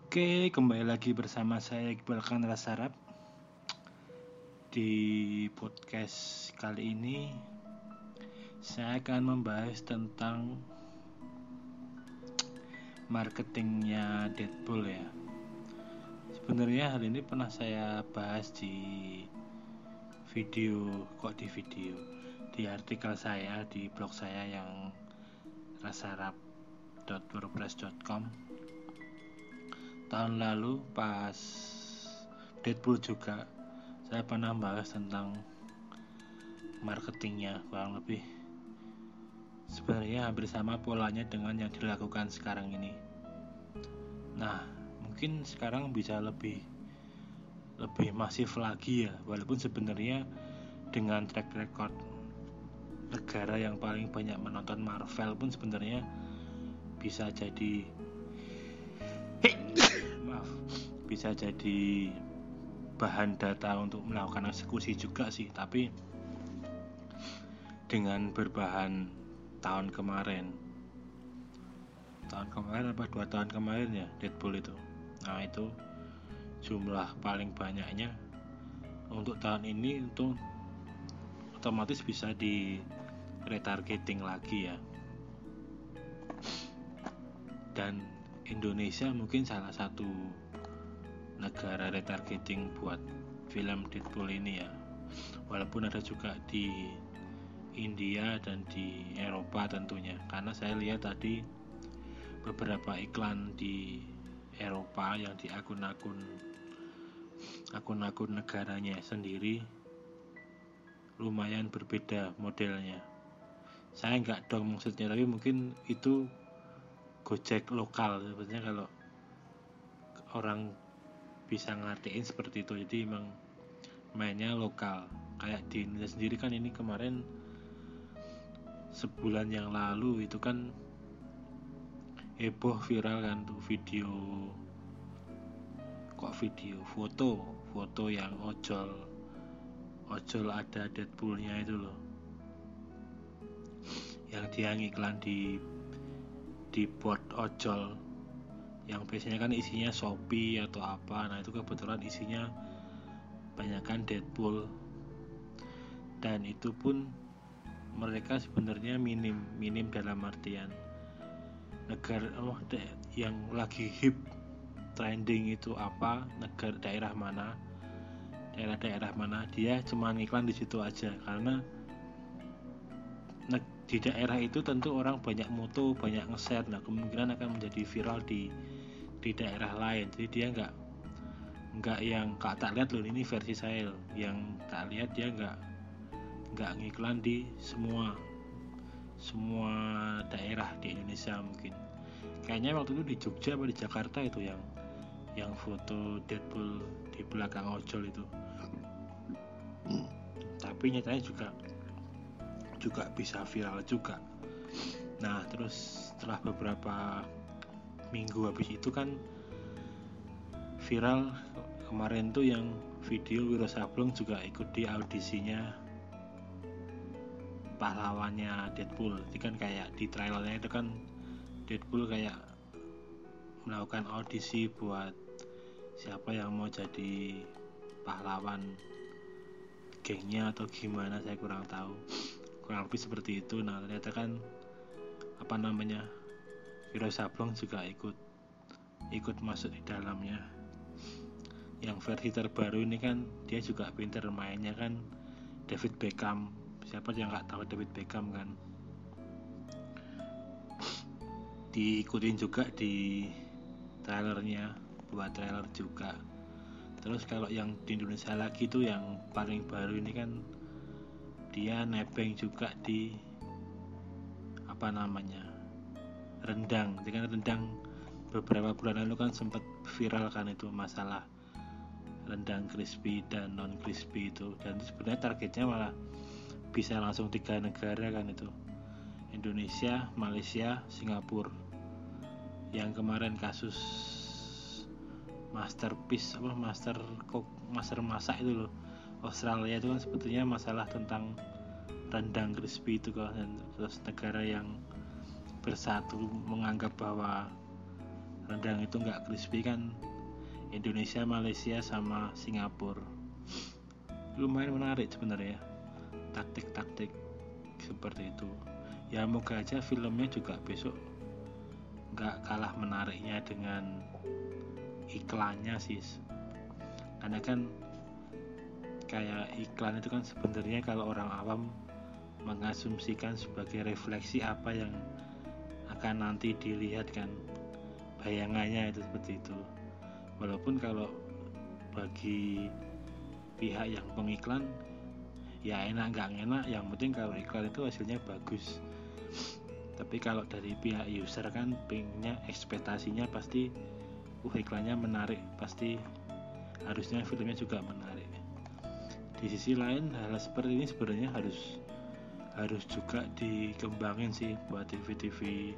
Oke, kembali lagi bersama saya Iqbal Kanra Sarap. Di podcast kali ini saya akan membahas tentang marketingnya Deadpool ya. Sebenarnya hal ini pernah saya bahas di artikel saya di blog saya yang rasarap.wordpress.com. Tahun lalu pas Deadpool juga saya pernah bahas tentang marketingnya, kurang lebih sebenarnya hampir sama polanya dengan yang dilakukan sekarang ini. Nah, mungkin sekarang bisa lebih masif lagi ya, walaupun sebenarnya dengan track record negara yang paling banyak menonton Marvel pun sebenarnya bisa jadi bahan data untuk melakukan eksekusi juga sih. Tapi dengan berbahan tahun kemarin apa 2 tahun kemarin ya Deadpool itu, nah itu jumlah paling banyaknya untuk tahun ini, itu otomatis bisa di retargeting lagi ya. Dan Indonesia mungkin salah satu negara retargeting buat film Deadpool ini ya, walaupun ada juga di India dan di Eropa tentunya, karena saya lihat tadi beberapa iklan di Eropa yang di akun-akun negaranya sendiri lumayan berbeda modelnya. Saya nggak dong maksudnya, tapi mungkin itu Gojek lokal sebenarnya, kalau orang bisa ngertiin seperti itu. Jadi emang mainnya lokal. Kayak di Indonesia sendiri kan, ini kemarin sebulan yang lalu itu kan heboh viral kan tuh video foto yang ojol ada Deadpoolnya itu loh, yang dia ngiklan di bot ojol yang biasanya kan isinya Shopee atau apa. Nah itu kebetulan isinya banyakkan Deadpool, dan itu pun mereka sebenarnya minim dalam artian negara yang lagi hip trending itu apa, daerah mana dia cuma iklan di situ aja, karena di daerah itu tentu orang banyak moto, banyak nge-share. Nah kemungkinan akan menjadi viral di daerah lain. Jadi dia nggak yang tak lihat loh ini versi saya loh, yang tak lihat dia nggak ngiklan di semua daerah di Indonesia. Mungkin kayaknya waktu itu di Jogja atau di Jakarta itu yang foto Deadpool di belakang ojol itu. Tapi nyatanya juga bisa viral juga. Nah terus setelah beberapa minggu habis itu kan viral kemarin tuh yang video Wiro Sableng juga ikut di audisinya pahlawannya Deadpool. Jadi kan kayak di trailernya itu kan Deadpool kayak melakukan audisi buat siapa yang mau jadi pahlawan gengnya atau gimana, saya kurang tahu, kurang lebih seperti itu. Nah ternyata kan Wiro Sableng juga ikut masuk di dalamnya. Yang versi terbaru ini kan dia juga pinter mainnya kan, David Beckham. Siapa yang nggak tahu David Beckham kan, diikutin juga di trailernya, buat trailer juga. Terus kalau yang di Indonesia lagi tuh yang paling baru ini kan dia nebeng juga di rendang. Jadi kan rendang beberapa bulan lalu kan sempat viral kan itu masalah rendang crispy dan non crispy itu, dan itu sebenarnya targetnya malah bisa langsung 3 negara kan itu, Indonesia, Malaysia, Singapura. Yang kemarin kasus master masak itu loh, Australia itu kan sebetulnya masalah tentang rendang crispy itu kan. Dan terus negara yang bersatu menganggap bahwa rendang itu nggak crispy kan Indonesia, Malaysia sama Singapura. Lumayan menarik sebenarnya taktik-taktik seperti itu. Ya moga aja filmnya juga besok nggak kalah menariknya dengan iklannya sih, karena kan kayak iklan itu kan sebenarnya kalau orang awam mengasumsikan sebagai refleksi apa yang akan nanti dilihat kan, bayangannya itu seperti itu. Walaupun kalau bagi pihak yang pengiklan ya enak nggak enak, yang penting kalau iklan itu hasilnya bagus. Tapi kalau dari pihak user kan pengennya ekspektasinya pasti iklannya menarik, pasti harusnya filmnya juga menarik. Di sisi lain hal seperti ini sebenarnya harus juga dikembangin sih buat TV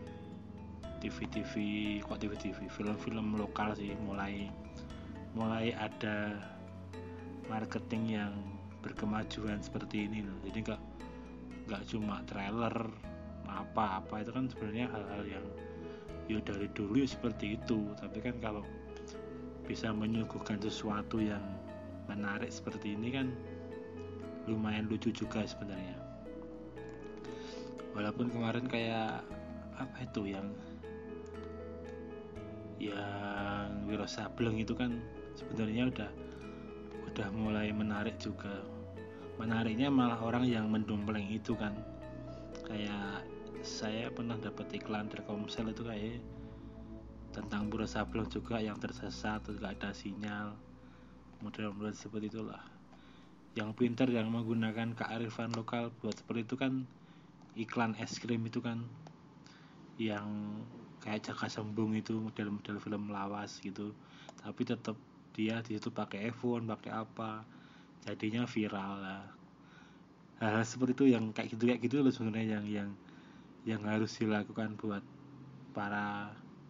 film-film lokal sih, mulai ada marketing yang berkemajuan seperti ini loh. Jadi nggak cuma trailer apa-apa, itu kan sebenarnya hal-hal yang ya dari dulu ya seperti itu. Tapi kan kalau bisa menyuguhkan sesuatu yang menarik seperti ini kan lumayan lucu juga sebenarnya. Walaupun kemarin kayak apa itu yang Wiro Sableng itu kan sebenarnya udah mulai menarik juga. Menariknya malah orang yang mendompleng itu kan. Kayak saya pernah dapat iklan Telkomsel itu kayak tentang Wiro Sableng juga yang tersesat, nggak ada sinyal, model-model seperti itulah. Yang pintar yang menggunakan kearifan lokal buat seperti itu kan iklan es krim itu kan, yang kayak Jaka Sembung itu model-model film lawas gitu, tapi tetap dia di situ pakai iPhone, pakai apa, jadinya viral lah. Hal seperti itu yang kayak gitu loh sebenarnya yang harus dilakukan buat para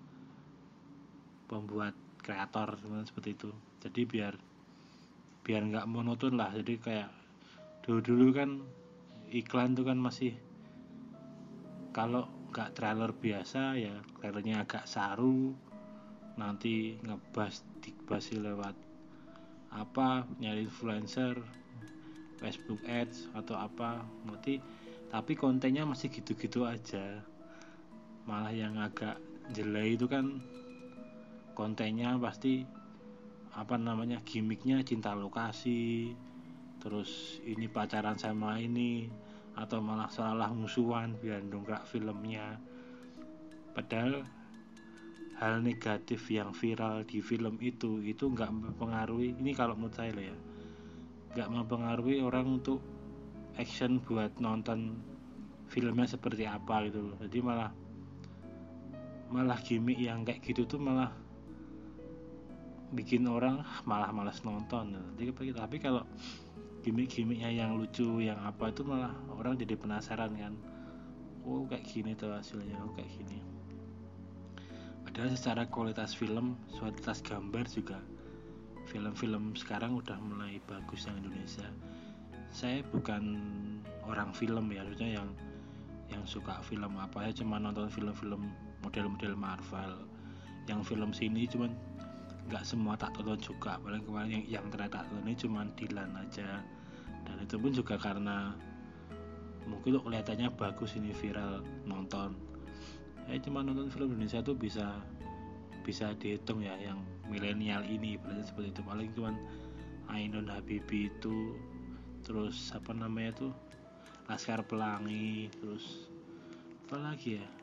pembuat kreator seperti itu. Jadi biar nggak monoton lah. Jadi kayak dulu kan iklan tuh kan masih, kalau nggak trailer biasa ya trailernya agak saru, nanti dibasi lewat apa, nyari influencer, Facebook Ads atau apa nanti, tapi kontennya masih gitu-gitu aja. Malah yang agak jelek itu kan kontennya pasti apa namanya, gimmicknya cinta lokasi, terus ini pacaran sama ini, atau malah salah musuhan biar dongkrak filmnya. Padahal hal negatif yang viral di film itu nggak mempengaruhi, ini kalau menurut saya ya, nggak mempengaruhi orang untuk action buat nonton filmnya seperti apa gitu loh. Jadi malah gimmick yang kayak gitu tuh malah bikin orang malah malas nonton. Tapi kalau gimmick-gimmicknya yang lucu yang apa itu malah orang jadi penasaran kan, oh kayak gini tuh hasilnya, oh kayak gini. Padahal secara kualitas film, kualitas gambar juga film-film sekarang udah mulai bagus yang Indonesia. Saya bukan orang film ya, maksudnya yang suka film apa ya, cuma nonton film-film model-model Marvel. Yang film sini cuman nggak semua tak tonton juga. Paling kemarin yang ternyata tonton ini cuma Dilan aja, dan itu pun juga karena mungkin lo kelihatannya bagus, ini viral nonton. Cuma nonton film Indonesia tuh bisa dihitung ya, yang milenial ini berarti seperti itu. Paling cuma Ainun Habibie itu, terus apa namanya tuh Laskar Pelangi, terus apa lagi ya,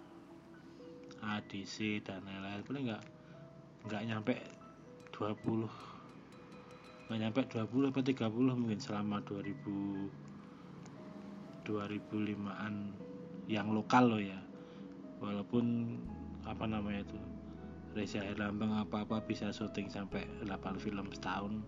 ADC dan lain-lain. Paling nggak nyampe 20 atau 30 mungkin selama 2005an yang lokal loh ya. Walaupun apa namanya itu Reza Herlambang apa bisa syuting sampai 8 film setahun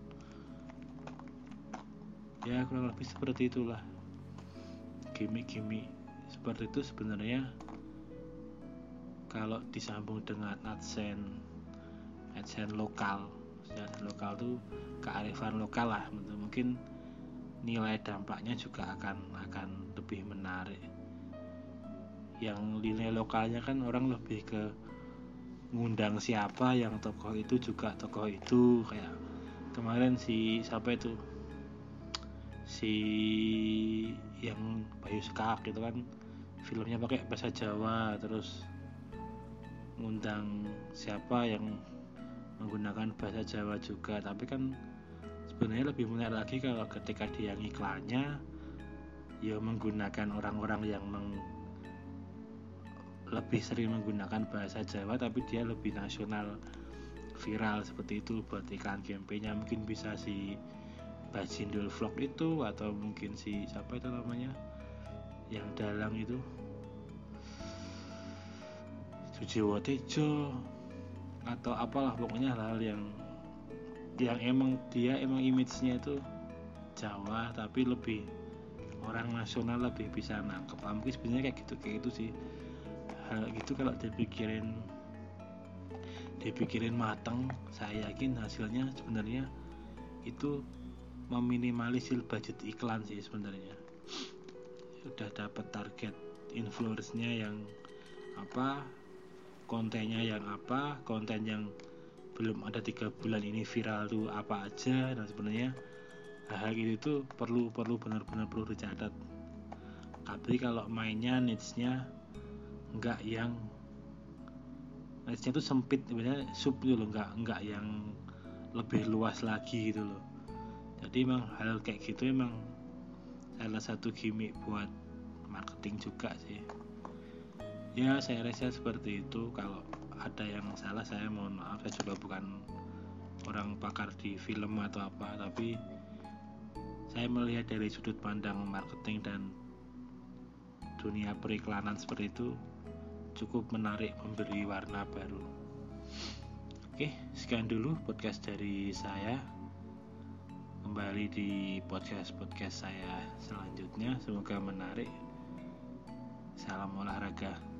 ya, kurang lebih seperti itulah. Gimmick seperti itu sebenarnya kalau disambung dengan AdSense lokal tuh kearifan lokal lah, mungkin nilai dampaknya juga akan lebih menarik. Yang nilai lokalnya kan orang lebih ke ngundang siapa, yang tokoh itu juga tokoh itu. Kayak kemarin si siapa itu, si yang Bayu Sekak gitu kan, filmnya pakai bahasa Jawa, terus ngundang siapa yang menggunakan bahasa Jawa juga. Tapi kan sebenarnya lebih menarik lagi kalau ketika dia ngiklannya ya menggunakan orang-orang yang lebih sering menggunakan bahasa Jawa, tapi dia lebih nasional, viral seperti itu buat iklan campaign-nya. Mungkin bisa si Bajindul Vlog itu, atau mungkin si siapa itu namanya yang dalang itu, Sujiwo Tejo, atau apalah, pokoknya hal-hal yang emang dia image-nya itu Jawa tapi lebih orang nasional, lebih bisa nangkep. Mungkin sebenarnya kayak gitu sih. Hal gitu kalau dipikirin matang, saya yakin hasilnya sebenarnya itu meminimalisir budget iklan sih sebenarnya. Udah dapat target influence-nya yang apa, kontennya yang apa, konten yang belum ada 3 bulan ini viral tuh apa aja. Nah sebenarnya hal gitu tuh perlu benar-benar perlu dicatat. Tapi kalau mainnya niche-nya enggak yang niche-nya tuh sempit, sebenarnya sub gitu loh, enggak yang lebih luas lagi gitu loh. Jadi emang hal kayak gitu emang salah satu gimmick buat marketing juga sih. Ya saya rasa seperti itu. Kalau ada yang salah saya mohon maaf, saya juga bukan orang pakar di film atau apa, tapi saya melihat dari sudut pandang marketing dan dunia periklanan seperti itu cukup menarik, memberi warna baru. Oke, sekian dulu podcast dari saya. Kembali di podcast saya selanjutnya, semoga menarik. Salam olahraga.